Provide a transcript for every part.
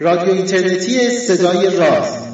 رادیو اینترنتی صدای راست.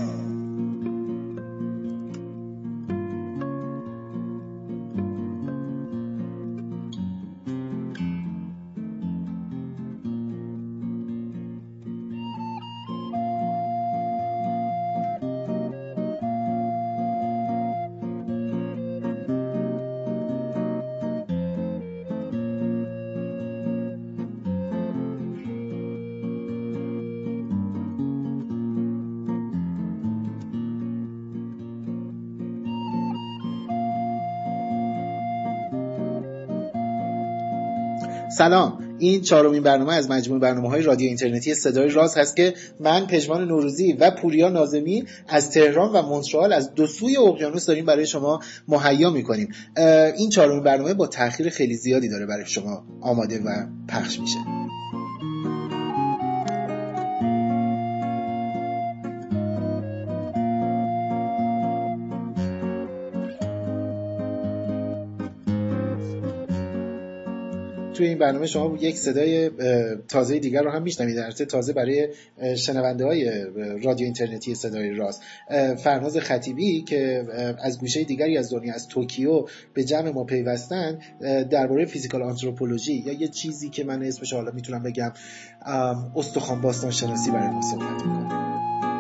سلام، این چهارمین برنامه از مجموعه برنامه‌های رادیو اینترنتی صدای راز هست که من پژمان نوروزی و پوریا ناظمی از تهران و مونترال از دو سوی اقیانوس داریم برای شما مهیا می‌کنیم. این چهارمین برنامه با تأخیر خیلی زیادی داره برای شما آماده و پخش میشه. توی این برنامه شما یک صدای تازه دیگر رو هم میشنوید، البته تازه برای شنونده‌های رادیو اینترنتی صدای راست. فرناز خطیبی که از گوشه دیگری از دنیا، از توکیو به جمع ما پیوستن، درباره فیزیکال آنتروپولوژی یا یه چیزی که من اسمش حالا میتونم بگم استخوان باستان شناسی برای ما صحبت می‌کنه.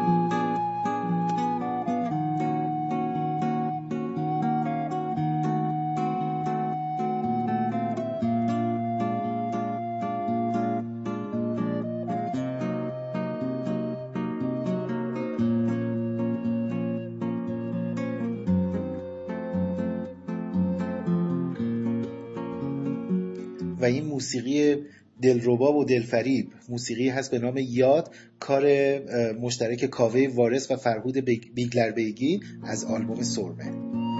و این موسیقی دلربا و دلفریب، موسیقی هست به نام یاد، کار مشترک کاوه وارث و فرهود بیگلربیگی از آلبوم سرمه.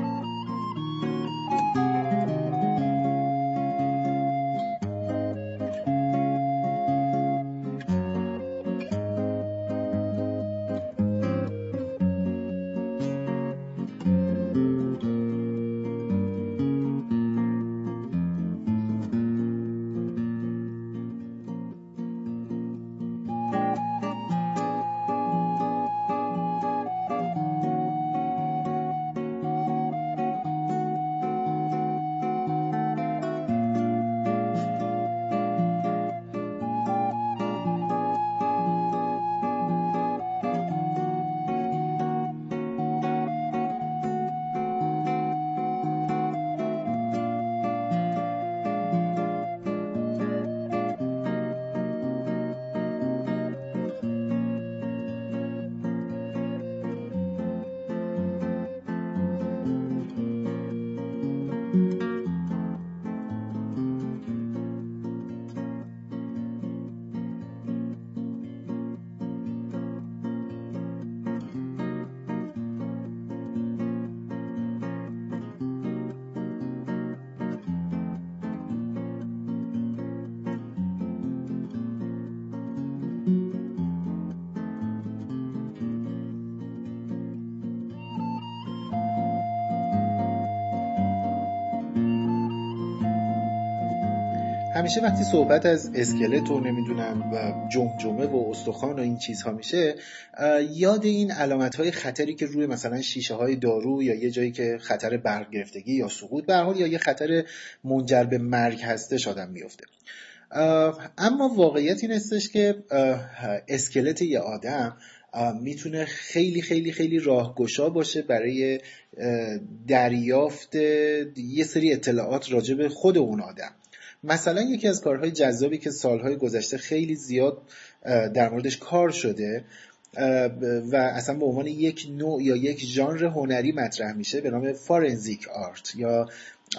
همیشه وقتی صحبت از اسکلت و نمیدونم جمجمه و استخوان و این چیزها میشه، یاد این علامت‌های خطری که روی مثلا شیشه‌های دارو یا یه جایی که خطر برق گرفتگی یا سقوط به هر حال یا یه خطر منجر به مرگ هستش آدم میفته. اما واقعیت این هستش که اسکلت یه آدم میتونه خیلی خیلی خیلی راهگشا باشه برای دریافت یه سری اطلاعات راجع به خود اون آدم. مثلا یکی از کارهای جذابی که سالهای گذشته خیلی زیاد در موردش کار شده و اصلا به عنوان یک نوع یا یک ژانر هنری مطرح میشه به نام فارنزیک آرت یا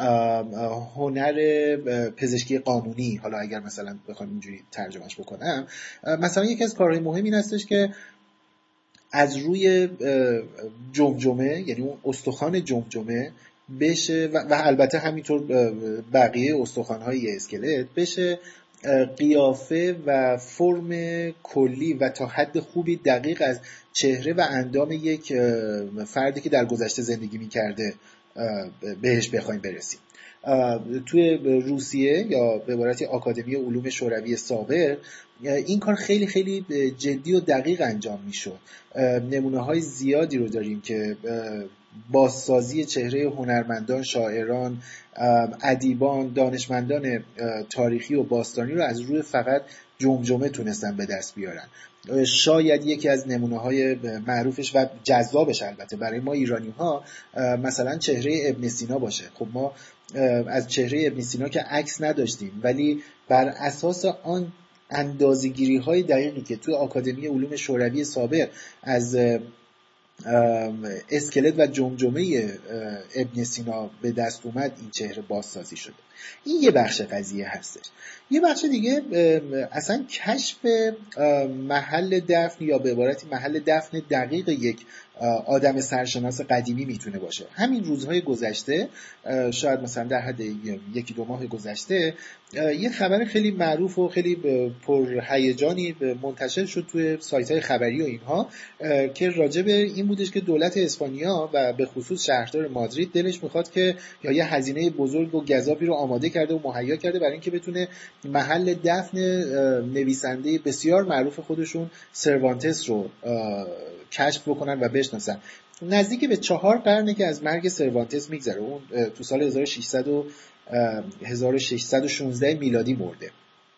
هنر پزشکی قانونی، حالا اگر مثلا بخوام اینجوری ترجمهش بکنم. مثلا یکی از کارهای مهم این هستش که از روی جمجمه، یعنی اون استخوان جمجمه بشه و البته همینطور بقیه استخوان‌های اسکلت بشه قیافه و فرم کلی و تا حد خوبی دقیق از چهره و اندام یک فردی که در گذشته زندگی می‌کرده بهش بخوایم برسیم. توی روسیه یا به عبارتی آکادمی علوم شوروی سابق این کار خیلی خیلی جدی و دقیق انجام میشد. نمونه های زیادی رو داریم که بازسازی چهره هنرمندان، شاعران، ادیبان، دانشمندان تاریخی و باستانی رو از روی فقط جمجمه تونستن به دست بیارن. شاید یکی از نمونه‌های معروفش و جذابش البته برای ما ایرانی‌ها مثلا چهره ابن سینا باشه. خب ما از چهره ابن سینا که عکس نداشتیم، ولی بر اساس آن اندازه‌گیری‌های دقیقی که توی آکادمی علوم شوروی سابق از اسکلت و جمجمه ابن سینا به دست اومد، این چهره بازسازی شده. این یه بخش قضیه هستش. یه بخش دیگه اصلا کشف محل دفن یا به عبارتی محل دفن دقیق یک آدم سرشناس قدیمی میتونه باشه. همین روزهای گذشته، شاید مثلا در حد یکی دو ماه گذشته، یه خبر خیلی معروف و خیلی پرهیجانی منتشر شد توی سایت‌های خبری و اینها که راجع به این بودش که دولت اسپانیا و به خصوص شهردار مادرید دلش میخواد که یا یه هزینه بزرگ و گزافی رو آماده کرده و مهیا کرده برای اینکه بتونه محل دفن نویسنده بسیار معروف خودشون سروانتس رو کشف بکنن و بشناسن. نزدیک به 4 قرنه که از مرگ سروانتس میگذره. اون تو سال 1616 میلادی مرده.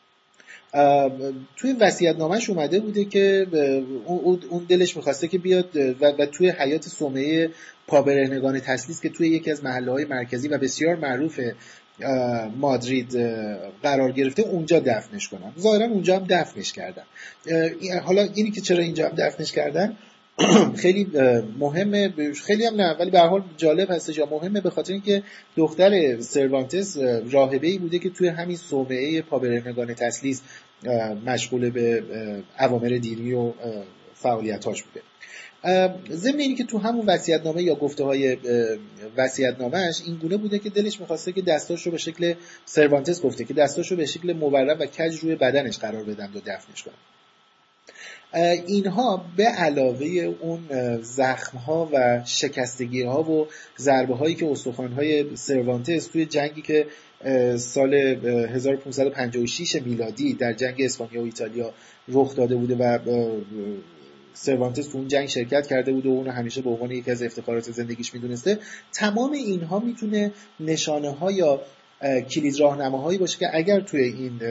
توی وصیت‌نامه‌اش اومده بوده که اون دلش می‌خواسته که بیاد و توی حیات صومعه پابرهنگان تسلیس که توی یکی از محله‌های مرکزی و بسیار معروف مادرید قرار گرفته اونجا دفنش کنن. ظاهراً اونجا هم دفنش کردن. حالا اینی که چرا اینجا هم دفنش کردن خیلی مهمه، خیلی هم نه ولی به هر حال جالب هستش یا مهمه، به خاطر اینکه دختر سروانتس راهبه‌ای بوده که توی همین صومعه پابرهنگان تسلیس مشغول به اوامر دینی و فعالیتاش بوده. ضمن اینی که تو همون وصیت‌نامه یا گفته‌های وصیت‌نامه‌اش این گونه بوده که دلش می‌خواسته که دستاش رو به شکل سروانتس گفته که دستاش رو به شکل مورب و کج روی بدنش قرار بدن و دفنش کنن. اینها به علاوه اون زخم‌ها و شکستگی‌ها و ضربه‌هایی که استخوان‌های سروانتس توی جنگی که سال 1556 میلادی در جنگ اسپانیا و ایتالیا رخ داده بوده و سروانتس تو اون جنگ شرکت کرده بوده و اون همیشه به عنوان یکی از افتخارات زندگیش میدونسته، تمام اینها میتونه نشانه‌ها یا کلید راهنماهایی باشه که اگر توی این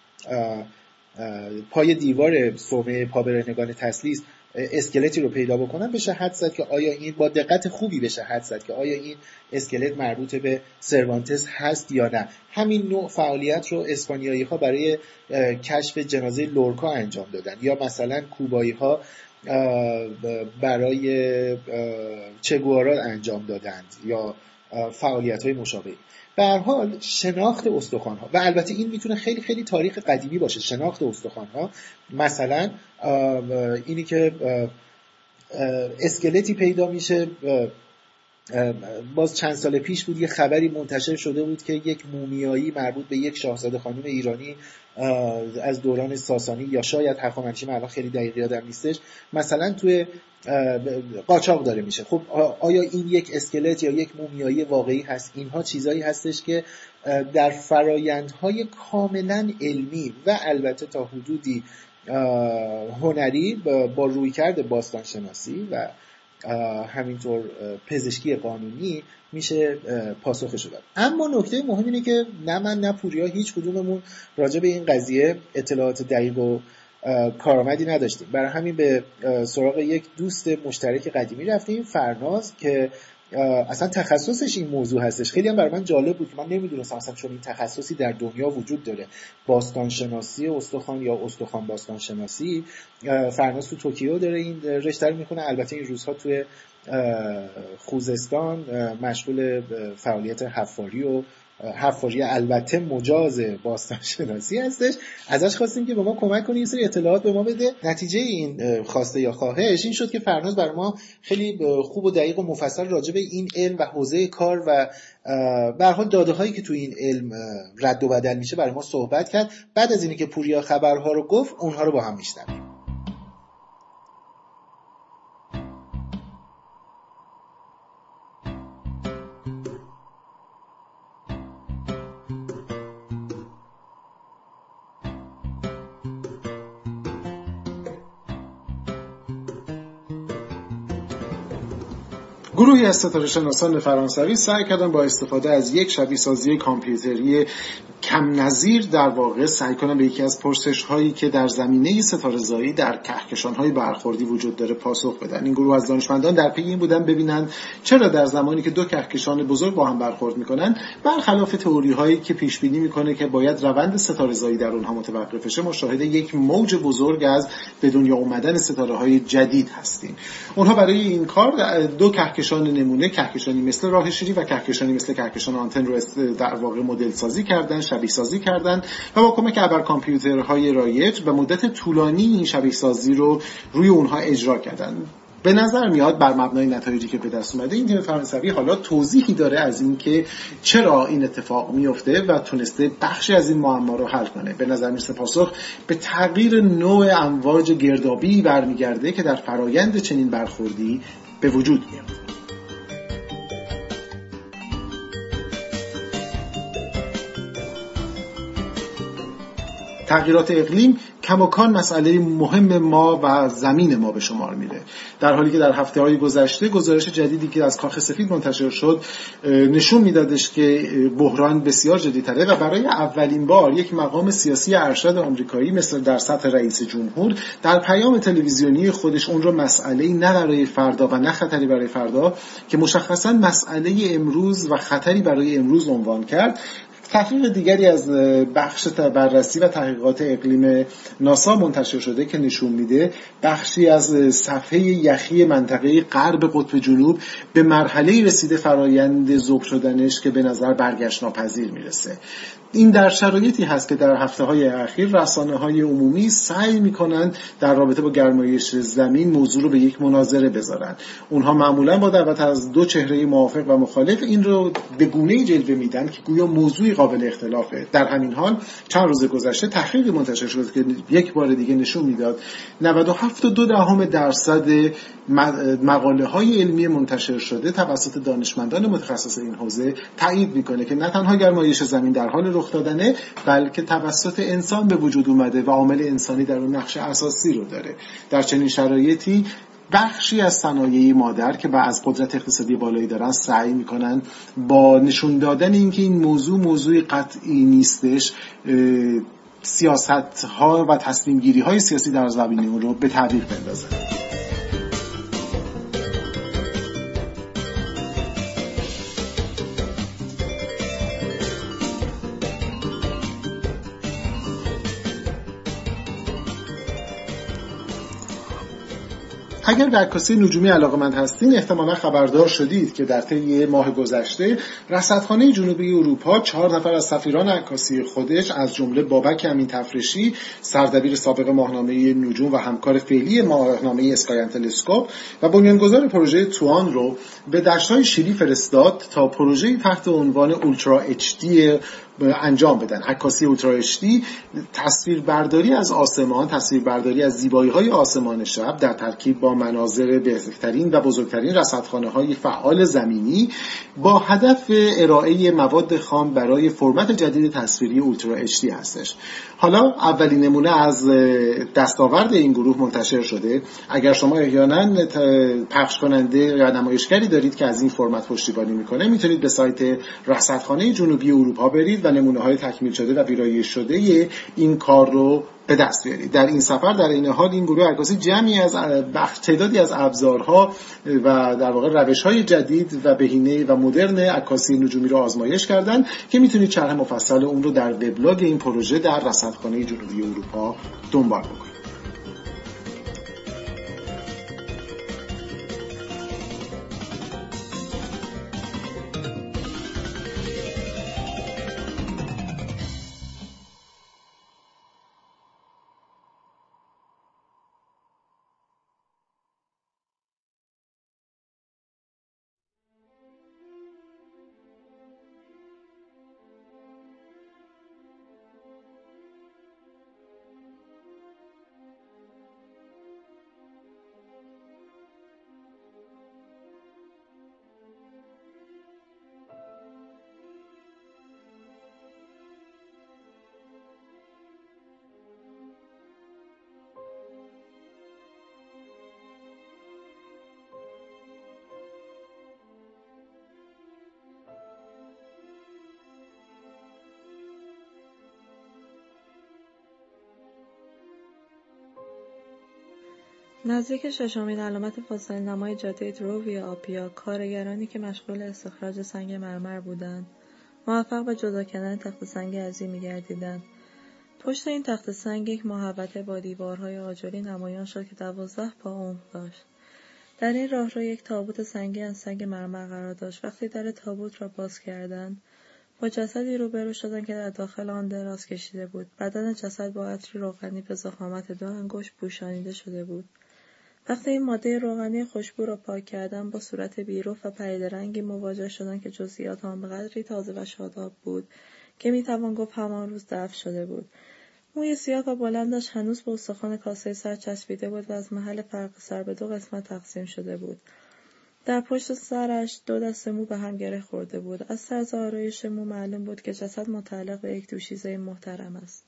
پای دیوار صومعه پابرهنگان تسلیس اسکلتی رو پیدا بکنن، بشه حدس زد که آیا این با دقت خوبی بشه حدس زد که آیا این اسکلت مربوط به سروانتس هست یا نه. همین نوع فعالیت رو اسپانیایی ها برای کشف جنازه لورکا انجام دادن، یا مثلا کوبایی ها برای چگوارا انجام دادند، یا فعالیت های مشابهی. به هر حال شناخت استخوان‌ها، و البته این میتونه خیلی خیلی تاریخ قدیمی باشه، شناخت استخوان‌ها، مثلا اینی که اسکلتی پیدا میشه. باز چند سال پیش بود یه خبری منتشر شده بود که یک مومیایی مربوط به یک شاهزاده خانم ایرانی از دوران ساسانی یا شاید هخامنشی، من الان خیلی دقیق یادم نیستش، مثلا توی قاچاق داره میشه. خب آیا این یک اسکلت یا یک مومیایی واقعی هست؟ اینها چیزایی هستش که در فرایندهای کاملا علمی و البته تا حدودی هنری با رویکرد باستانشناسی و همینطور پزشکی قانونی میشه پاسخش داد. اما نکته مهم اینه که نه من نه پوریا هیچ کدوممون راجع به این قضیه اطلاعات دقیق و کارآمدی نداشتیم. برای همین به سراغ یک دوست مشترک قدیمی رفتیم، فرناز، که اصلا تخصصش این موضوع هستش. خیلی هم برای من جالب بود که من نمیدونستم اصلا چون این تخصصی در دنیا وجود داره، باستانشناسی استخوان یا استخوان باستانشناسی. فرناز تو توکیو داره این رشته رو میخونه، البته این روزها توی خوزستان مشغول فعالیت حفاری البته مجاز باستانشناسی هستش. ازش خواستیم که به ما کمک کنه، این سری اطلاعات به ما بده. نتیجه این خواسته یا خواهش این شد که فرناز برای ما خیلی خوب و دقیق و مفصل راجع به این علم و حوزه کار و به هر حال داده‌هایی که تو این علم رد و بدل میشه برای ما صحبت کرد. بعد از اینی که پوریا خبرها رو گفت، اونها رو با هم میشنویم. گروهی از ستاره‌شناسان فرانسوی سعی کردن با استفاده از یک شبیه‌سازی کامپیوتری کم نظیر در واقع سعی کنن به یکی از پرسش‌هایی که در زمینه ستاره‌زایی در کهکشان‌های برخوردی وجود داره پاسخ بدن. این گروه از دانشمندان در پی این بودن ببینن چرا در زمانی که دو کهکشان بزرگ با هم برخورد می‌کنن، برخلاف تئوری‌هایی که پیش‌بینی می‌کنه که باید روند ستاره‌زایی در اونها متوقف بشه، ما شاهد یک موج بزرگ از به دنیا اومدن ستاره‌های جدید هستیم. اونها برای این کار دو کهکشان نمونه، کهکشانی مثل راه شیری و کهکشانی مثل کهکشان آنتن رو در واقع مدل سازی کردن، شبیه سازی کردن و با کمک ابر کامپیوترهای رایج به مدت طولانی این شبیه سازی رو روی اونها اجرا کردن. به نظر میاد بر مبنای نتایجی که به دست اومده این تیم فرانسوی حالا توضیحی داره از این که چرا این اتفاق میفته و تونسته بخشی از این معما رو حل کنه. به نظر میرسه پاسخ به تغییر نوع امواج گردابی برمیگرده که در فرایند چنین برخوردی به وجود میاد. تغییرات اقلیم کماکان مسئله مهم ما و زمین ما به شمار میره، در حالی که در هفته‌های گذشته گزارش جدیدی که از کاخ سفید منتشر شد نشون میدادش که بحران بسیار جدی‌تره و برای اولین بار یک مقام سیاسی ارشد آمریکایی مثل در سطح رئیس جمهور در پیام تلویزیونی خودش اون رو مسئله‌ای نه برای فردا و نه خطری برای فردا که مشخصاً مسئله امروز و خطری برای امروز عنوان کرد. تحقیق دیگری از بخش بررسی و تحقیقات اقلیم ناسا منتشر شده که نشون میده بخشی از صفحه یخی منطقه غرب قطب جنوب به مرحله رسیده فرایند ذوب شدنش که به نظر برگشت ناپذیر میرسه. این در شرایطی هست که در هفته‌های اخیر رسانه‌های عمومی سعی می‌کنند در رابطه با گرمایش زمین موضوع رو به یک مناظره بذارن. اونها معمولاً با دعوت از دو چهره موافق و مخالف این رو به گونه‌ای جلوه میدن که گویا موضوعی قابل اختلافه. در همین حال چند روز گذشته تحقیقی منتشر شد که یک بار دیگه نشون میداد 97.2% مقاله‌های علمی منتشر شده توسط دانشمندان متخصص این حوزه تایید می‌کنه که نه تنها گرمایش زمین در حال رخ دادنه، بلکه توسط انسان به وجود اومده و عامل انسانی در اون نقش اساسی رو داره. در چنین شرایطی بخشی از صنایع مادر که از قدرت اقتصادی بالایی دارن سعی میکنن با نشون دادن اینکه این موضوع قطعی نیستش سیاست‌ها و تصمیم‌گیری‌های سیاسی در زمینه اون رو به تعویق بندازن. اگر به عکاسی نجومی علاقه‌مند هستین احتمالاً خبردار شدید که در طی ماه گذشته رصدخانه جنوبی اروپا 4 نفر از سفیران عکاسی خودش از جمله بابک امین تفرشی سردبیر سابق ماهنامه نجوم و همکار فعلی ماهنامه اسکاین تلسکوپ و بنیانگذار پروژه توان رو به دشت‌های شیلی فرستاد تا پروژه‌ای تحت عنوان اولترا اچ دی انجام بدن. عکاسی اولترا اچ دی تصویربرداری از آسمان، تصویربرداری از زیبایی‌های آسمان شب در ترکیب با مناظر بهترین و بزرگترین رصدخانه‌های فعال زمینی با هدف ارائه مواد خام برای فرمت جدید تصویری اولترا اچ دی هستش. حالا اولین نمونه از دستاورد این گروه منتشر شده. اگر شما احیانا پخش کننده یا نمایشگری دارید که از این فرمت پشتیبانی میکنه، میتونید به سایت رصدخانه جنوبی اروپا برید و نمونه‌های تکمیل شده و ویرایش شده این کار رو به دست بیارید. در این سفر در این حال این گروه عکاسی جمعی از تعدادی از ابزارها و در واقع روش‌های جدید و بهینه و مدرن عکاسی نجومی رو آزمایش کردن که میتونید شرح مفصل اون رو در وبلاگ این پروژه در رصدخانه جنوبی اروپا دنبال بکنید. نزدیک ششمین علامت فاصله نمای جاده دروویا آپیا، کارگرانی که مشغول استخراج سنگ مرمر بودند، موفق به جدا کردن تخت سنگ عظیمی گردیدند. پشت این تخت سنگ یک محوطه با دیوارهای آجری نمایان شد که 12 پا عمق داشت. در این راهرو یک تابوت سنگی از سنگ مرمر قرار داشت. وقتی در تابوت را باز کردند، با جسدی روبرو شدند که در داخل آن دراز کشیده بود. بدن جسد با عطری روغنی به ضخامت 2 انگشت پوشانیده شده بود. وقتی این ماده روغنی خوشبو را پاک کردند، با صورت بی‌روح و پریده رنگی مواجه شدند که جزئیات آن به قدری تازه و شاداب بود که میتوان گفت همان روز دفن شده بود. موی سیاه و بلندش هنوز به استخوان کاسه سر چسبیده بود و از محل فرق سر به 2 قسمت تقسیم شده بود. در پشت سرش 2 دسته مو به هم گره خورده بود. از طرز آرایش مو معلوم بود که جسد متعلق به یک دوشیزه محترم است.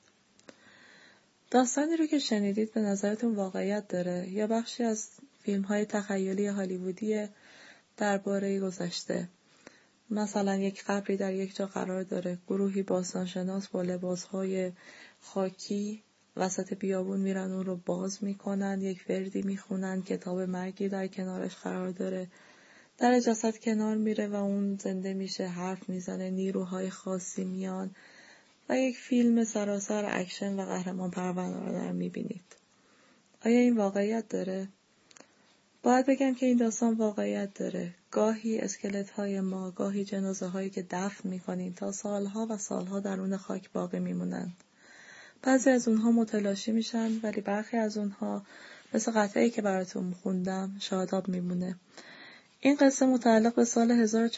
داستانی رو که شنیدید به نظرتون واقعیت داره یا بخشی از فیلم‌های تخیلی هالیوودی درباره گذشته؟ مثلا یک قبری در یک جا قرار داره، گروهی باستانشناس با لباسهای خاکی وسط بیابون میرن اون رو باز میکنن، یک وردی میخونن، کتاب مرگی در کنارش قرار داره، در جسد کنار میره و اون زنده میشه، حرف میزنه، نیروهای خاصی میان و یک فیلم سراسر اکشن و قهرمان پرورانه رو در میبینید. آیا این واقعیت داره؟ باید بگم که این داستان واقعیت داره. گاهی اسکلت های ما، گاهی جنازه هایی که دفن میکنیم تا سالها و سالها درون خاک باقی میمونند. بعضی از اونها متلاشی میشن ولی برخی از اونها مثل قطعه‌ای که براتون خوندم شاداب میمونه. این قصه متعلق به سال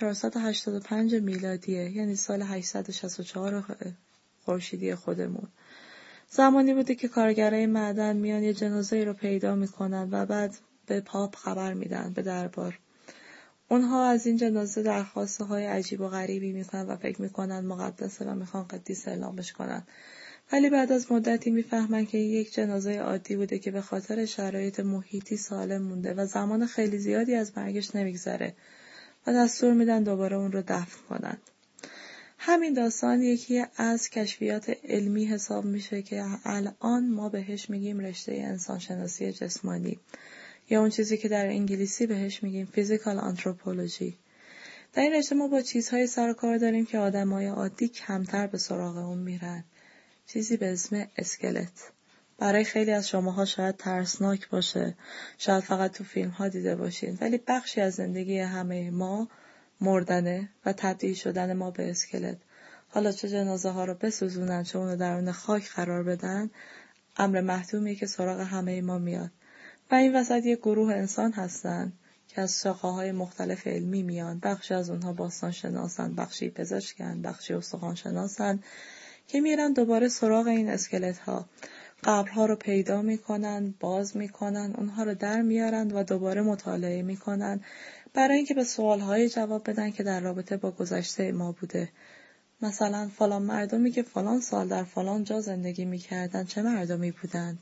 1485 میلادیه، یعنی سال 864 خورشیدی خودمون. زمانی بوده که کارگرای معدن میان یه جنازه رو پیدا میکنن و بعد به پاپ خبر میدن، به دربار. اونها از این جنازه درخواسته های عجیب و غریبی میکنن و فکر میکنن مقدسه و میخوان قدیس اعلامش کنن. ولی بعد از مدتی میفهمن که یک جنازه عادی بوده که به خاطر شرایط محیطی سالم مونده و زمان خیلی زیادی از مرگش نمیگذره و دستور میدن دوباره اون رو دفن کنن. همین داستان یکی از کشفیات علمی حساب میشه که الان ما بهش میگیم رشته انسانشناسی جسمانی یا اون چیزی که در انگلیسی بهش میگیم فیزیکال آنتروپولوژی. در این رشته ما با چیزهای سر و کار داریم که آدمای عادی کمتر به سراغ اون میرن. چیزی به اسم اسکلت. برای خیلی از شماها شاید ترسناک باشه، شاید فقط تو فیلم ها دیده باشین، ولی بخشی از زندگی همه ما مردنه و تبدیل شدن ما به اسکلت. حالا چه جنازه ها رو بسوزونن چه اونو درون خاک قرار بدن، امر محتومیه که سراغ همه ما میاد. و این وسط یک گروه انسان هستن که از شاخه‌های مختلف علمی میان. بخشی از اونها باستان شناسن، بخشی پزشکن، بخشی استخوان شناسن که میرن دوباره سراغ این اسکلت ها. قبرها رو پیدا میکنن، باز میکنن، اونها رو در میارن و دوباره مطالعه میکنن برای اینکه به سوالهای جواب بدن که در رابطه با گذشته ما بوده. مثلا فلان مردمی که فلان سال در فلان جا زندگی میکردن چه مردمی بودند؟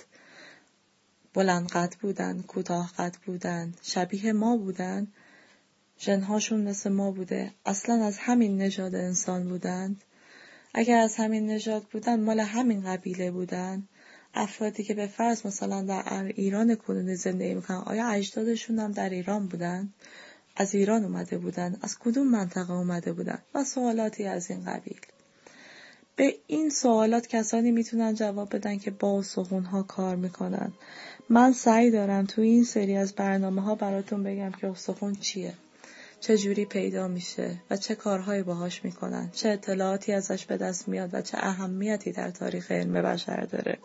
بلند قد بودند، کوتاه قد بودند، شبیه ما بودند، ژن‌هاشون مثل ما بوده، اصلا از همین نژاد انسان بودند. اگر از همین نژاد بودن مال همین قبیله بودن، افرادی که به فرض مثلا در ایران کنونی زندگی میکنن آیا اجدادشون هم در ایران بودن؟ از ایران اومده بودن؟ از کدوم منطقه اومده بودن؟ و سوالاتی از این قبیل. به این سوالات کسانی میتونن جواب بدن که با استخوان‌ها کار میکنن. من سعی دارم تو این سری از برنامه‌ها براتون بگم که استخوان چیه، چه جوری پیدا میشه و چه کارهایی باهاش میکنن، چه اطلاعاتی ازش به دست میاد و چه اهمیتی در تاریخ علم بشر داره.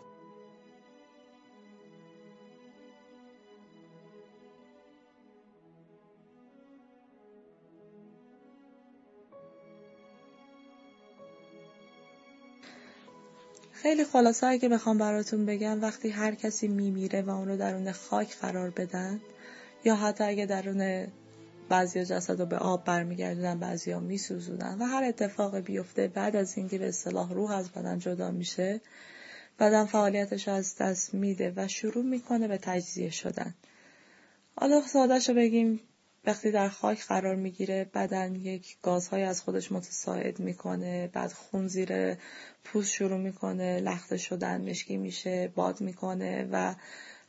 خیلی خلاصه اگه بخوام براتون بگم، وقتی هر کسی میمیره و اون رو درون خاک قرار بدن یا حتی اگه درون بعضی جسد رو به آب برمیگردونن، بعضی ها میسوزونن و هر اتفاق بیفته بعد از اینکه به اصطلاح روح از بدن جدا میشه، بدن فعالیتش از دست میده و شروع میکنه به تجزیه شدن. حالا ساده‌شو بگیم، وقتی در خاک قرار میگیره بدن یک گازهای از خودش متصاعد میکنه، بعد خون زیر پوست شروع میکنه لخته شدن، مشکی میشه، باد میکنه و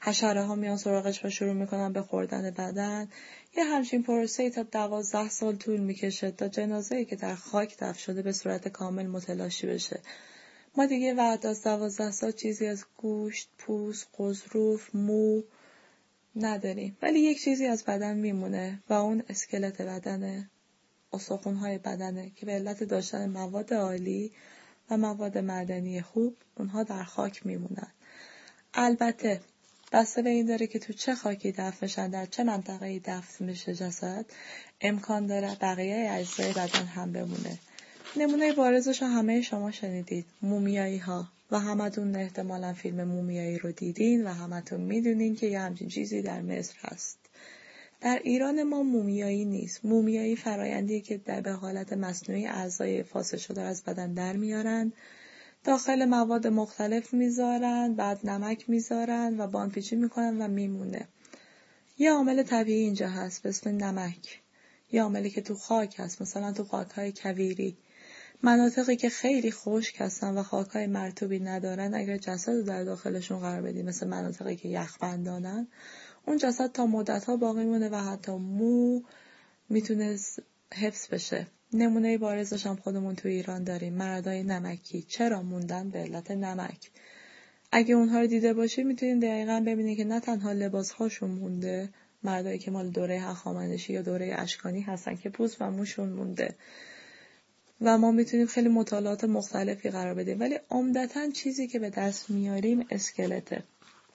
حشره ها میان سراغش و شروع میکنن به خوردن بدن. یه همچین پروسه‌ای تا 12 سال طول میکشه تا جنازه‌ای که در خاک دفن شده به صورت کامل متلاشی بشه. ما دیگه بعد از 12 سال چیزی از گوشت، پوست، قضروف، مو نداریم، ولی یک چیزی از بدن میمونه و اون اسکلت بدنه، استخوان‌های بدنه که به علت داشتن مواد عالی و مواد معدنی خوب اونها در خاک میمونن. البته بسته به این داره که تو چه خاکی دفن میشن، در چه منطقه‌ای دفن میشه جسد، امکان داره بقیه اجزای بدن هم بمونه. نمونه بارزش رو همه شما شنیدید، مومیایی ها، و همتون احتمالاً فیلم مومیایی رو دیدین و همتون میدونین که یه همچین چیزی در مصر هست. در ایران ما مومیایی نیست. مومیایی فرایندیه که به حالت مصنوعی اعضای فاسد شده از بدن در میارن، داخل مواد مختلف میذارن، بعد نمک میذارن و باندپیچی میکنن و میمونه. یه عامل طبیعی اینجا هست به اسم نمک. یه عاملی که تو خاک هست، مثلا تو خاک‌های کویری، مناطقی که خیلی خشک هستن و خاک‌های مرطوبی ندارن، اگر جسد رو در داخلشون قرار بدیم، مثل مناطقی که یخبندانن، اون جسد تا مدت‌ها باقی مونه و حتی مو میتونه حفظ بشه. نمونه بارزش هم خودمون تو ایران داریم، مردای نمکی. چرا موندن؟ به علت نمک. اگه اونها رو دیده باشید میتونید دقیقاً ببینید که نه تنها لباس‌هاشون مونده، مردایی که مال دوره هخامنشی یا دوره اشکانی هستن که پوست و موشون مونده و ما میتونیم خیلی مطالعات مختلفی قرار بدیم، ولی عمدتاً چیزی که به دست میاریم اسکلته.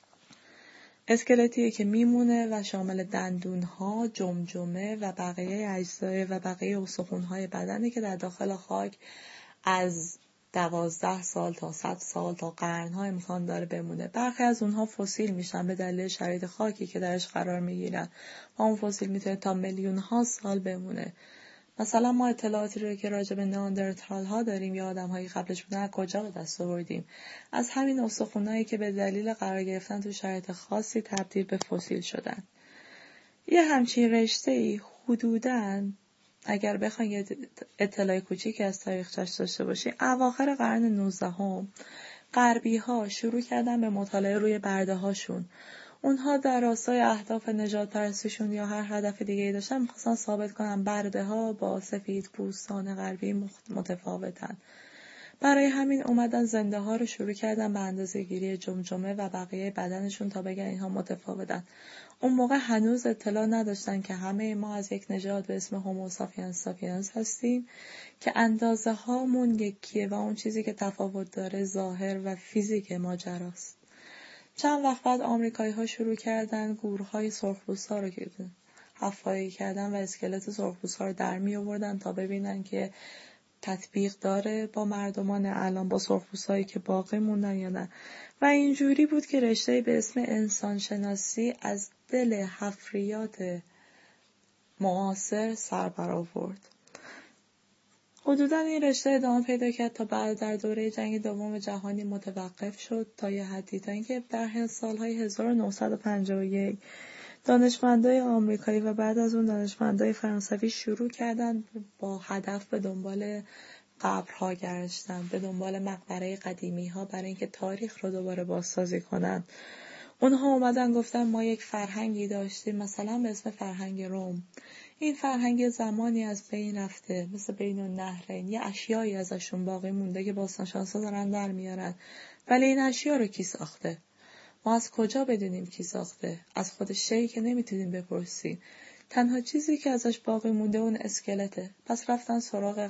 اسکلتیه که میمونه و شامل دندونها، جمجمه و بقیه اجزای و بقیه استخوان‌های بدنی که در داخل خاک از 12 سال تا 100 سال تا قرن‌ها امکان داره بمونه. برخی از اونها فسیل میشن به دلیل شرایط خاکی که درش قرار میگیرن و اون فسیل میتونه تا میلیون‌ها سال بمونه. مثلا ما اطلاعاتی رو که راجع به نئاندرتال ها داریم یا آدم هایی قبلش بودن از کجا به دست آوردیم؟ از همین استخوانایی که به دلیل قرار گرفتن تو شرایط خاصی تبدیل به فسیل شدن. یه همچین رشته‌ای حدوداً اگر بخواید یه اطلاع کوچیکی از تاریخچش داشته باشی، اواخر قرن 19 غربی ها شروع کردن به مطالعه روی برده هاشون. اونها در راستای اهداف نجات پرستیشون یا هر هدف دیگه‌ای داشتن، می‌خواستن ثابت کنن برده ها با سفید پوستان غربی متفاوتن. برای همین اومدن زنده ها رو شروع کردن به اندازه‌گیری جمجمه و بقیه بدنشون تا بگن اینها متفاوتن. اون موقع هنوز اطلاع نداشتن که همه ما از یک نژاد به اسم هومو ساپینس هستیم که اندازه هامون یکیه و اون چیزی که تفاوت داره ظاهر و فیزیک ماجراست. چند وقت بعد آمریکایی ها شروع کردن گورهای سرخپوست ها رو حفایی کردن و اسکلت سرخپوست ها رو در می آوردن تا ببینن که تطبیق داره با مردمان الان، با سرخپوستایی که باقی موندن یا نه. و اینجوری بود که رشته به اسم انسانشناسی از دل حفریات معاصر سر برآورد. حدوداً این رشته ادامه پیدا کرد تا بعد در دوره جنگ دوم جهانی متوقف شد تا یه حدی، تا اینکه در سالهای 1951 دانشمندای آمریکایی و بعد از اون دانشمندای فرانسوی شروع کردن با هدف به دنبال قبرها گشتن، به دنبال مقبره قدیمی ها برای اینکه تاریخ رو دوباره بازسازی کنن. اونها اومدن گفتن ما یک فرهنگی داشتیم، مثلا به اسم فرهنگ روم. این فرهنگ زمانی از بین رفته، مثل بین النهرین، یه اشیایی ازشون باقی مونده که باستانشناسا دارن در میارن. ولی این اشیا رو کی ساخته؟ ما از کجا بدونیم کی ساخته؟ از خود شی که نمیتونیم بپرسیم. تنها چیزی که ازش باقی مونده اون اسکلته. پس رفتن سراغ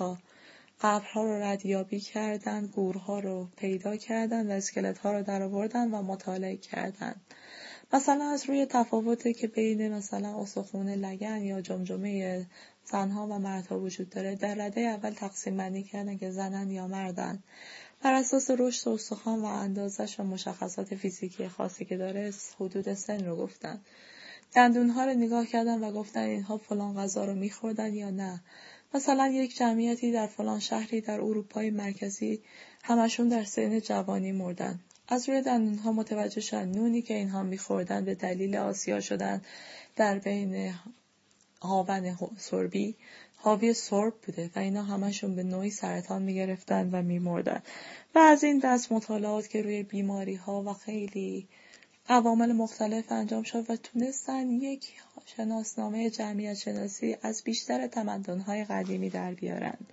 قبرها رو ردیابی کردن، گورها رو پیدا کردن و اسکلت‌ها رو در آوردن و مطالعه کردن. مثلا از روی تفاوتی که بین مثلا استخوان لگن یا جمجمه زنها و مردها وجود داره، در رده اول تقسیم بندی کردن که زنن یا مردن. بر اساس رشد استخوان و اندازش و مشخصات فیزیکی خاصی که داره، حدود سن رو گفتن. دندونها رو نگاه کردن و گفتن اینها فلان غذا رو میخوردن یا نه. مثلا یک جمعیتی در فلان شهری در اروپای مرکزی همشون در سن جوانی مردن. از روی دندونها متوجه شدن نونی که اینها میخوردن به دلیل آسیا شدن در بین هاون سربی حاوی سرب بوده و اینا همشون به نوعی سرطان میگرفتن و میمردن. و از این دست مطالعات که روی بیماری ها و خیلی عوامل مختلف انجام شد و تونستن یک شناسنامه جمعیت شناسی از بیشتر تمدن‌های قدیمی در بیارند.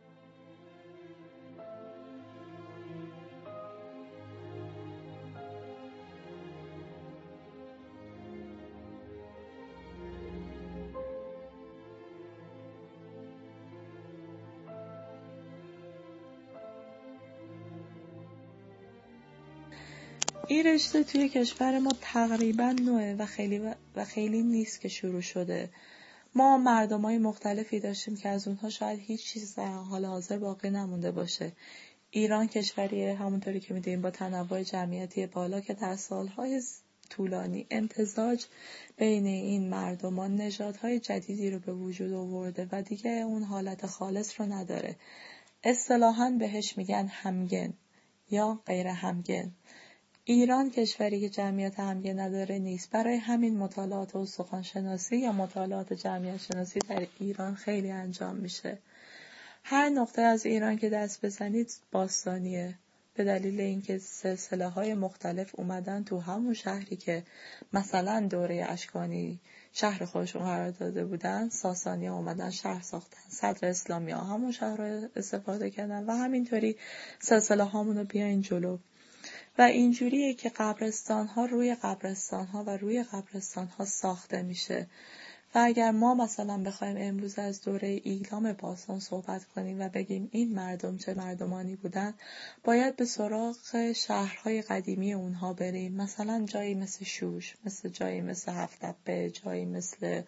این رشته توی کشور ما تقریبا نوعه و خیلی نیست که شروع شده. ما مردمای مختلفی داشتیم که از اونها شاید هیچ چیز در حال حاضر باقی نمونده باشه. ایران کشوریه همونطوری که می‌دونیم با تنوع جمعیتی بالا که در سالهای طولانی امتزاج بین این مردمان نژادهای جدیدی رو به وجود آورده و دیگه اون حالت خالص رو نداره. اصطلاحاً بهش میگن همگن یا غیر همگن. ایران کشوری که جمعیت همگن نداره نیست. برای همین مطالعات استخوان‌شناسی یا مطالعات جمعیت شناسی در ایران خیلی انجام میشه. هر نقطه از ایران که دست بزنید باستانیه، به دلیل اینکه سلسله‌های مختلف اومدن تو همون شهری که مثلا دوره اشکانی شهر خودشون قرار داده بودن، ساسانی‌ها اومدن شهر ساختن، صدر اسلامی‌ها همون شهر رو استفاده کردن و همینطوری سلسله هامون رو بیاین جلو. و اینجوریه که قبرستان‌ها روی قبرستان‌ها و روی قبرستان‌ها ساخته میشه. و اگر ما مثلا بخوایم امروز از دوره ایلام باستان صحبت کنیم و بگیم این مردم چه مردمانی بودن، باید به سراغ شهرهای قدیمی اونها بریم. مثلا جایی مثل شوش، جایی مثل هفت‌تپه، جایی مثل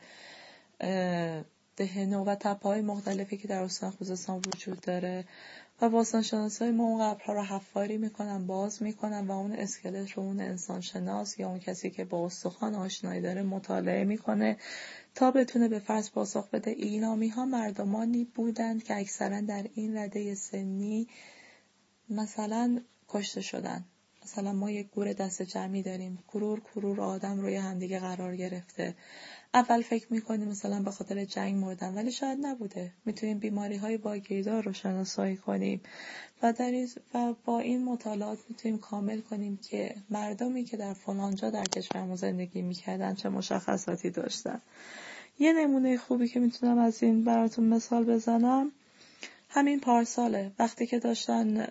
دهنو و تپه‌های مختلفی که در استان خوزستان وجود داره و باستانشناسای ما اون قبرها رو حفاری میکنن، باز میکنن و اون اسکلت رو اون انسان شناس یا اون کسی که با استخوان آشنایی داره مطالعه میکنه تا بتونه به فرض پاسخ بده ایلامی ها مردمانی بودند که اکثرا در این رده سنی مثلا کشته شدن. مثلا ما یک گور دست جمعی داریم، کرور آدم روی همدیگه قرار گرفته. اول فکر میکنیم مثلا به خاطر جنگ مردن، ولی شاید نبوده. میتونیم بیماری های واگیردار رو شناسایی کنیم و با این مطالعات میتونیم کامل کنیم که مردمی که در فلانجا در کشورمون زندگی میکردن چه مشخصاتی داشتن. یه نمونه خوبی که میتونم از این براتون مثال بزنم همین پارساله، وقتی که داشتن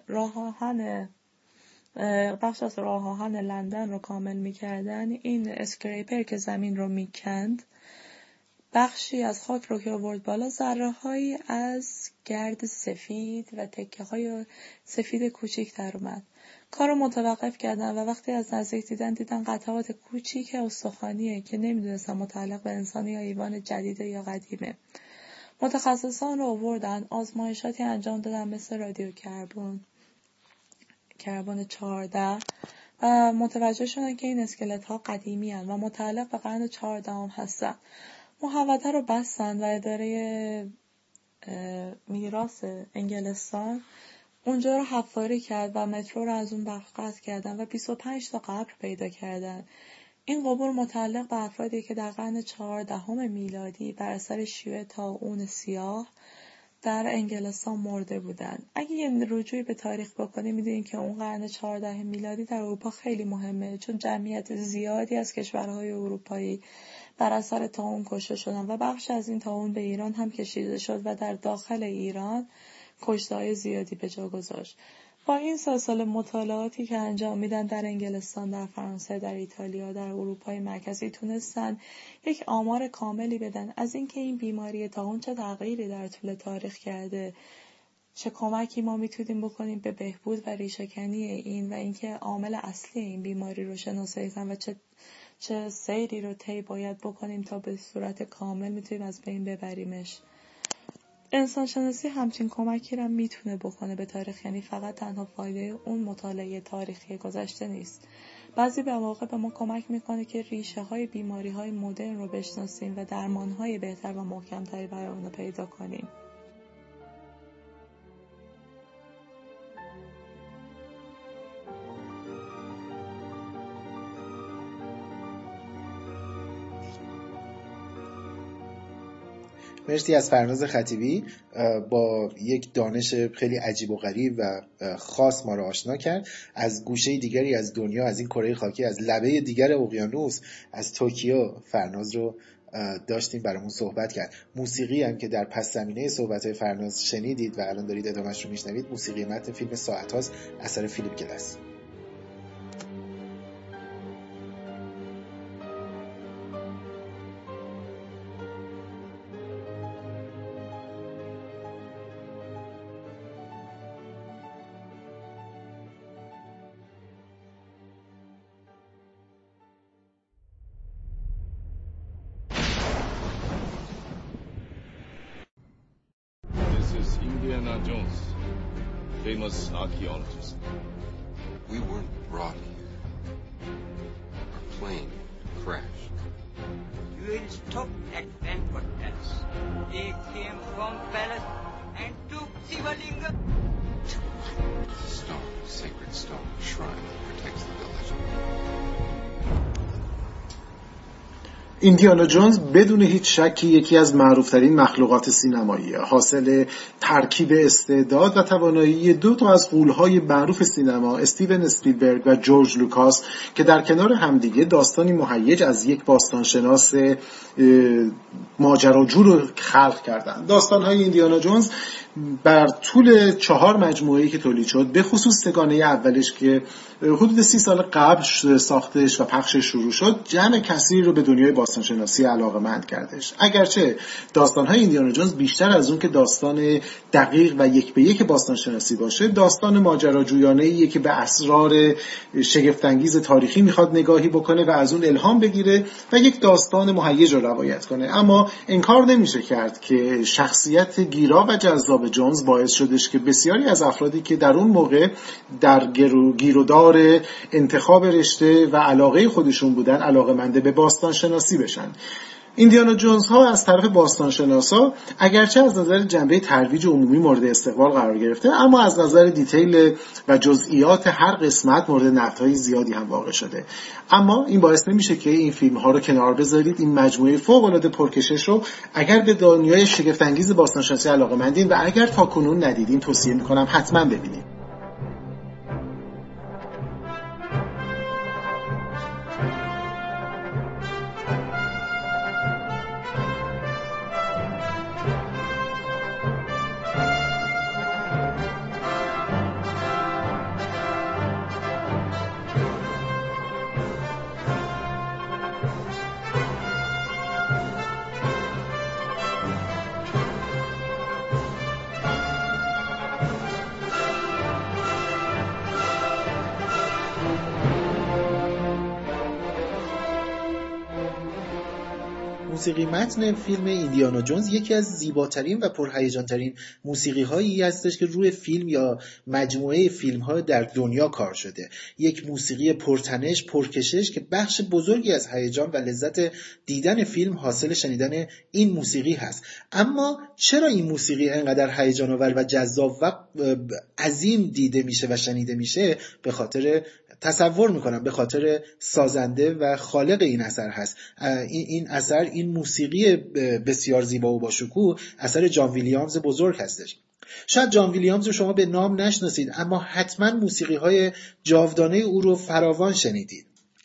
بخش از راه آهن لندن رو کامل میکردن، این اسکریپر که زمین رو میکند بخشی از خاک رو که آورد بالا، ذره‌هایی از گرد سفید و تکه‌های سفید کوچیک در اومد. کارو متوقف کردن و وقتی از نزدیک دیدن قطعات کوچیک استخوانیه که نمیدونستن متعلق به انسان یا حیوان جدیده یا قدیمه. متخصصان رو آوردن، آزمایشاتی انجام دادن مثل رادیو کربن 14 و متوجه شدن که این اسکلت ها قدیمی هستند و متعلق به قرن 14 هستن. محوطه رو بستن و اداره میراث انگلستان اونجا رو حفاری کرد و مترو رو از اون قطع کردن و 25 تا قبر پیدا کردن. این قبور متعلق به افرادی که در قرن 14 میلادی بر اثر شیوع طاعون سیاه در انگلستان مرده بودند. اگه یه رجوعی به تاریخ بکنیم می‌دونیم که اون قرن 14 میلادی در اروپا خیلی مهمه، چون جمعیت زیادی از کشورهای اروپایی بر اثر طاعون کشته شدن و بخش از این طاعون به ایران هم کشیده شد و در داخل ایران کشته‌های زیادی به جا گذاشت. با این سلسله مطالعاتی که انجام میدن در انگلستان، در فرانسه، در ایتالیا، در اروپای مرکزی تونستن یک آمار کاملی بدن از اینکه این بیماری طاعون چه تغییری در طول تاریخ کرده، چه کمکی ما میتونیم بکنیم به بهبود و ریشه‌کنی این و اینکه عامل اصلی این بیماری رو شناسایی کنیم و چه سیری رو طی باید بکنیم تا به صورت کامل میتونیم از بین ببریمش. انسان شناسی همچین کمکی را میتونه بکنه به تاریخ، یعنی فقط تنها فایده اون مطالعه تاریخی گذشته نیست. بعضی به واقع به ما کمک میکنه که ریشه های بیماری های مدرن رو بشناسیم و درمان های بهتر و محکمتری برای اون رو پیدا کنیم. مرسی از فرناز خطیبی، با یک دانش خیلی عجیب و غریب و خاص ما رو آشنا کرد. از گوشه دیگری از دنیا، از این کره خاکی، از لبه دیگر اقیانوس، از توکیو فرناز رو داشتیم برامون صحبت کرد. موسیقی هم که در پس زمینه صحبت‌های فرناز شنیدید و الان دارید ادامه‌اش رو میشنوید، موسیقی متن فیلم ساعت هاست اثر فیلیپ گلس. Indiana Jones, famous archaeologist. We weren't brought here. Our plane crashed. You will stop at Frankfurt Palace. They came from palace and took Shivalinga. Stone, sacred stone, shrine that protects the village. ایندیانا جونز بدون هیچ شکی یکی از معروفترین مخلوقات سینماییه، حاصل ترکیب استعداد و توانایی دو تا از غول‌های معروف سینما، استیون اسپیلبرگ و جورج لوکاس، که در کنار همدیگه داستانی مهیج از یک باستانشناس ماجراجو رو خلق کردن. داستان‌های ایندیانا جونز بر طول 4 مجموعه‌ای که تولید شد، به خصوص سگانه اولش که حدود 30 سال قبل ساختش و پخشش شروع شد، جمع کثیری رو به دنیای باستانشناسی علاقه‌مند کردش. اگرچه داستان‌های ایندیانا جونز بیشتر از اون که داستان دقیق و یک به یک باستانشناسی باشه، داستان ماجراجویانه‌ایه که به اسرار شگفت‌انگیز تاریخی میخواد نگاهی بکنه و از اون الهام بگیره و یک داستان مهیج رو روایت کنه. اما انکار نمیشه کرد که شخصیت گیرا و جذاب جونز باعث شدش که بسیاری از افرادی که در اون موقع در گیرودار انتخاب رشته و علاقه خودشون بودن، علاقه‌مند به باستانشناسی بشن. ایندیانا جونز ها از طرف باستانشناسا اگرچه از نظر جنبه ترویج عمومی مورد استقبال قرار گرفته، اما از نظر دیتیل و جزئیات هر قسمت مورد نقدهای زیادی هم واقع شده. اما این باعث نمیشه که این فیلم ها رو کنار بذارید. این مجموعه فوق العاده پرکشش رو اگر به دنیای شگفت انگیز باستانشناسی علاقه‌مندین و اگر تاکنون ندیدین، توصیه میکنم حتما ببینید. موسیقی متن فیلم ایندیانا جونز یکی از زیباترین و پرهیجانترین موسیقی هایی هستش که روی فیلم یا مجموعه فیلم ها در دنیا کار شده. یک موسیقی پرتنش، پرکشش که بخش بزرگی از هیجان و لذت دیدن فیلم حاصل شنیدن این موسیقی هست. اما چرا این موسیقی انقدر هیجان آور و جذاب و عظیم دیده میشه و شنیده میشه؟ به خاطر تصور میکنم به خاطر سازنده و خالق این اثر هست. این اثر، این موسیقی بسیار زیبا و باشکوه، اثر جان ویلیامز بزرگ هستش. شاید جان ویلیامز رو شما به نام نشناسید، اما حتما موسیقی های جاودانه او رو فراوان شنیدید.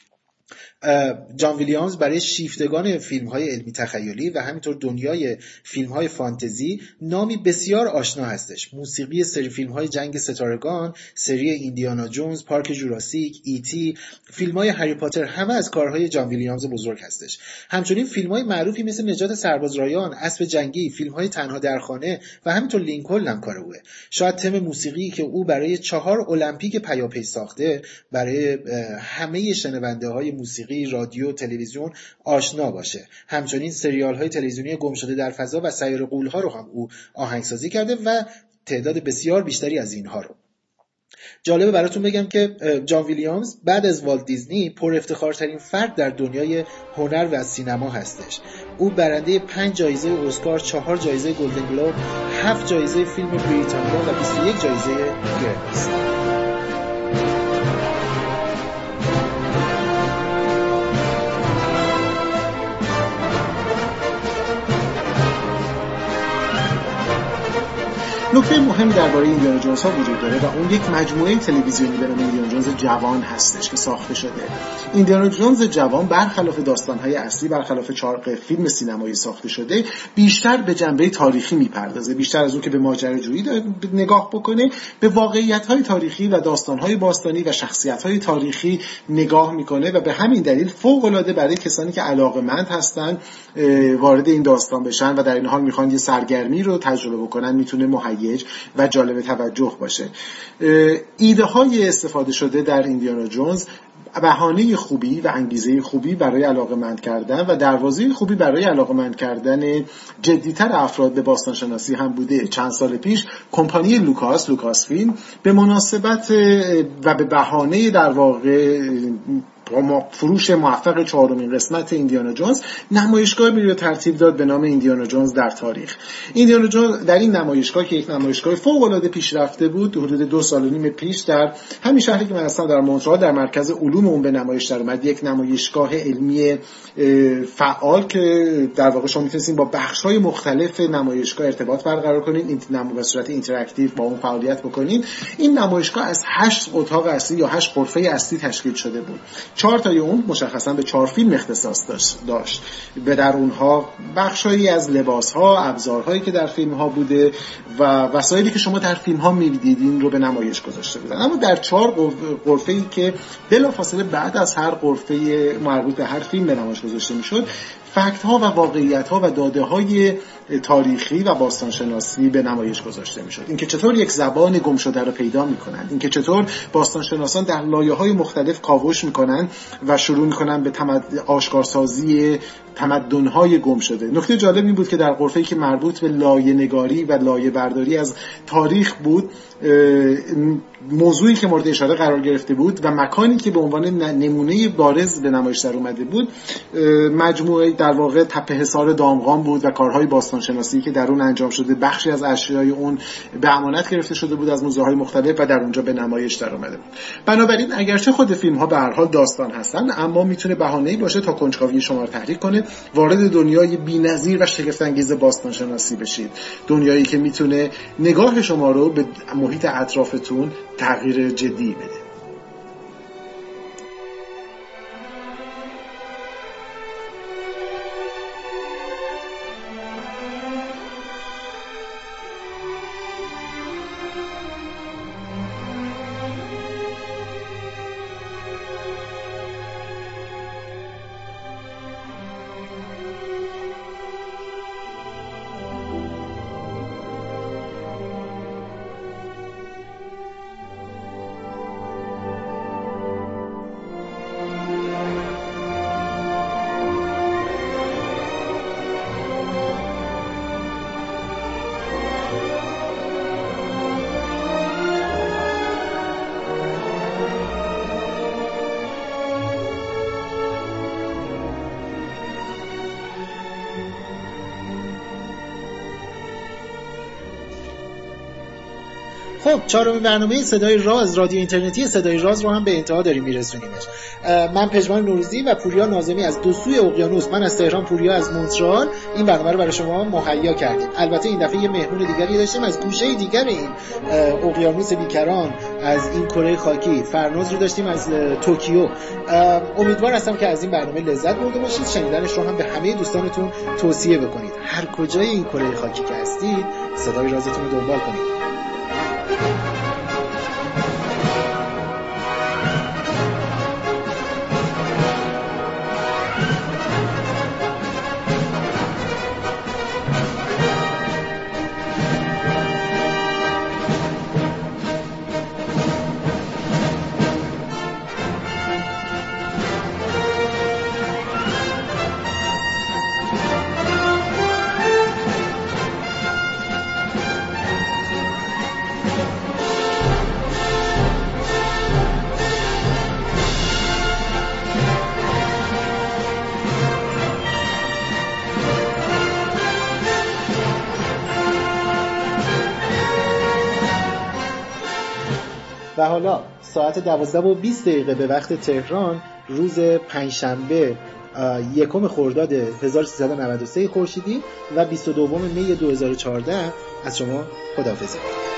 جان ویلیامز برای شیفتگان فیلم های علمی تخیلی و همینطور دنیای فیلم های فانتزی نامی بسیار آشنا هستش. موسیقی سری فیلم های جنگ ستارگان، سری ایندیانا جونز، پارک جوراسیک، ایتی، فیلم های هری پاتر همه از کارهای جان ویلیامز بزرگ هستش. همچنین فیلم های معروفی مثل نجات سرباز رایان، اسب جنگی، فیلم های تنها در خانه و همینطور لینکلن هم کار اوه. شاید تم موسیقی که او برای 4 المپیک پیاپی ساخته برای همه شنونده های موسیقی رادیو تلویزیون آشنا باشه. همچنین سریال های تلویزیونی گم شده در فضا و سیار غول‌ها رو هم او آهنگسازی کرده و تعداد بسیار بیشتری از اینها رو. جالبه براتون بگم که جان ویلیامز بعد از والت دیزنی پر افتخارترین فرد در دنیای هنر و سینما هستش. او برنده 5 جایزه اسکار، 4 جایزه گلدن گلوب، 7 جایزه فیلم بریتانیا و 21 جایزه گرمی است. نکته مهمی درباره ایندیانا جونز ها وجود داره و اون یک مجموعه تلویزیونی به نام ایندیانا جونز جوان هستش که ساخته شده. ایندیانا جونز جوان برخلاف داستان‌های اصلی، برخلاف 4 فیلم سینمایی ساخته شده، بیشتر به جنبه تاریخی میپردازه. بیشتر از اون که به ماجراجویی نگاه بکنه، به واقعیت‌های تاریخی و داستان‌های باستانی و شخصیت‌های تاریخی نگاه میکنه و به همین دلیل فوق‌العاده برای کسانی که علاقه‌مند هستن وارد این داستان بشن و در این حال میخوان یه سرگرمی رو تجربه بکنن، میتونه مهیج و جالب توجه باشه. ایده های استفاده شده در ایندیانا جونز بهانه خوبی و انگیزه خوبی برای علاقه‌مند کردن و دروازه خوبی برای علاقه‌مند کردن جدی‌تر افراد به باستانشناسی هم بوده. چند سال پیش کمپانی لوکاس فیلم به مناسبت و به بهانه در واقع فروش موفق 4مین قسمت ایندیانا جونز نمایشگاهی رو ترتیب داد به نام ایندیانا جونز در تاریخ. ایندیانا جونز در این نمایشگاه که یک نمایشگاه فوق‌العاده پیشرفته بود، حدود 2 سال و نیم پیش در همین شهری که من هستم در مونترال در مرکز علوم اون به نمایش در اومد. یک نمایشگاه علمی فعال که در واقع شما میتونید با بخش‌های مختلف نمایشگاه ارتباط برقرار کنید، این به صورت اینتراکتیو با اون فعالیت بکنید. این نمایشگاه از 8 اتاق اصلی یا 8 غرفه اصلی تشکیل شده بود. 4 تای اون مشخصا به 4 فیلم اختصاص داشت. به در اونها بخشایی از لباس‌ها، ابزارهایی که در فیلم‌ها بوده و وسایلی که شما در فیلم‌ها می‌دیدین رو به نمایش گذاشته بودن. اما در 4 غرفه‌ای که بلافاصله بعد از هر غرفه مربوط به هر فیلم به نمایش گذاشته می‌شد، فکت‌ها و واقعیت‌ها و داده‌های تاریخی و باستانشناسی به نمایش گذاشته می‌شد. اینکه چطور یک زبان گم شده رو پیدا می‌کنند، اینکه چطور باستانشناسان در لایه‌های مختلف کاوش می‌کنند و شروع می‌کنن به آشکارسازی تمدن‌های گم شده. نکته جالب این بود که در غرفه‌ای که مربوط به لایه‌نگاری و لایه‌برداری از تاریخ بود، موضوعی که مورد اشاره قرار گرفته بود و مکانی که به عنوان نمونه بارز به نمایش در اومده بود، مجموعه در واقع تپه حصار دامغان بود و کارهای باستانشناسی که در اون انجام شده. بخشی از اشیای اون به امانت گرفته شده بود از موزه‌های مختلف و در اونجا به نمایش در اومده بود. بنابراین اگرچه خود فیلم‌ها به هر حال داستان هستن، اما میتونه بهانه‌ای باشه تا کنجکاوی شما رو تحریک کنه، وارد دنیای بی‌نظیر و شگفت‌انگیز باستانشناسی بشید. دنیایی که میتونه نگاه شما رو به محیط اطرافتون تغییر جدی بده. خب 4مین برنامه صدای راز، رادیو اینترنتی صدای راز رو هم به انتها داریم میرسونیمش. من پژمان نوروزی و پوریا ناظمی از دو سوی اقیانوس، من از تهران، پوریا از مونترال، این برنامه رو برای شما مهیا کردیم. البته این دفعه یه مهمون دیگری داشتیم از گوشه دیگر این اقیانوس بیکران، از این کره خاکی. فرناز رو داشتیم از توکیو. امیدوار هستم که از این برنامه لذت برده باشید. شنیدنش رو هم به همه دوستانتون توصیه بکنید. هر کجای این کره خاکی که هستید، صدای رازتون رو دنبال کنید. و حالا ساعت 12:20 به وقت تهران، روز پنجشنبه 1 خرداد 1393 خورشیدی و 22 می 2014 از شما خداحافظی.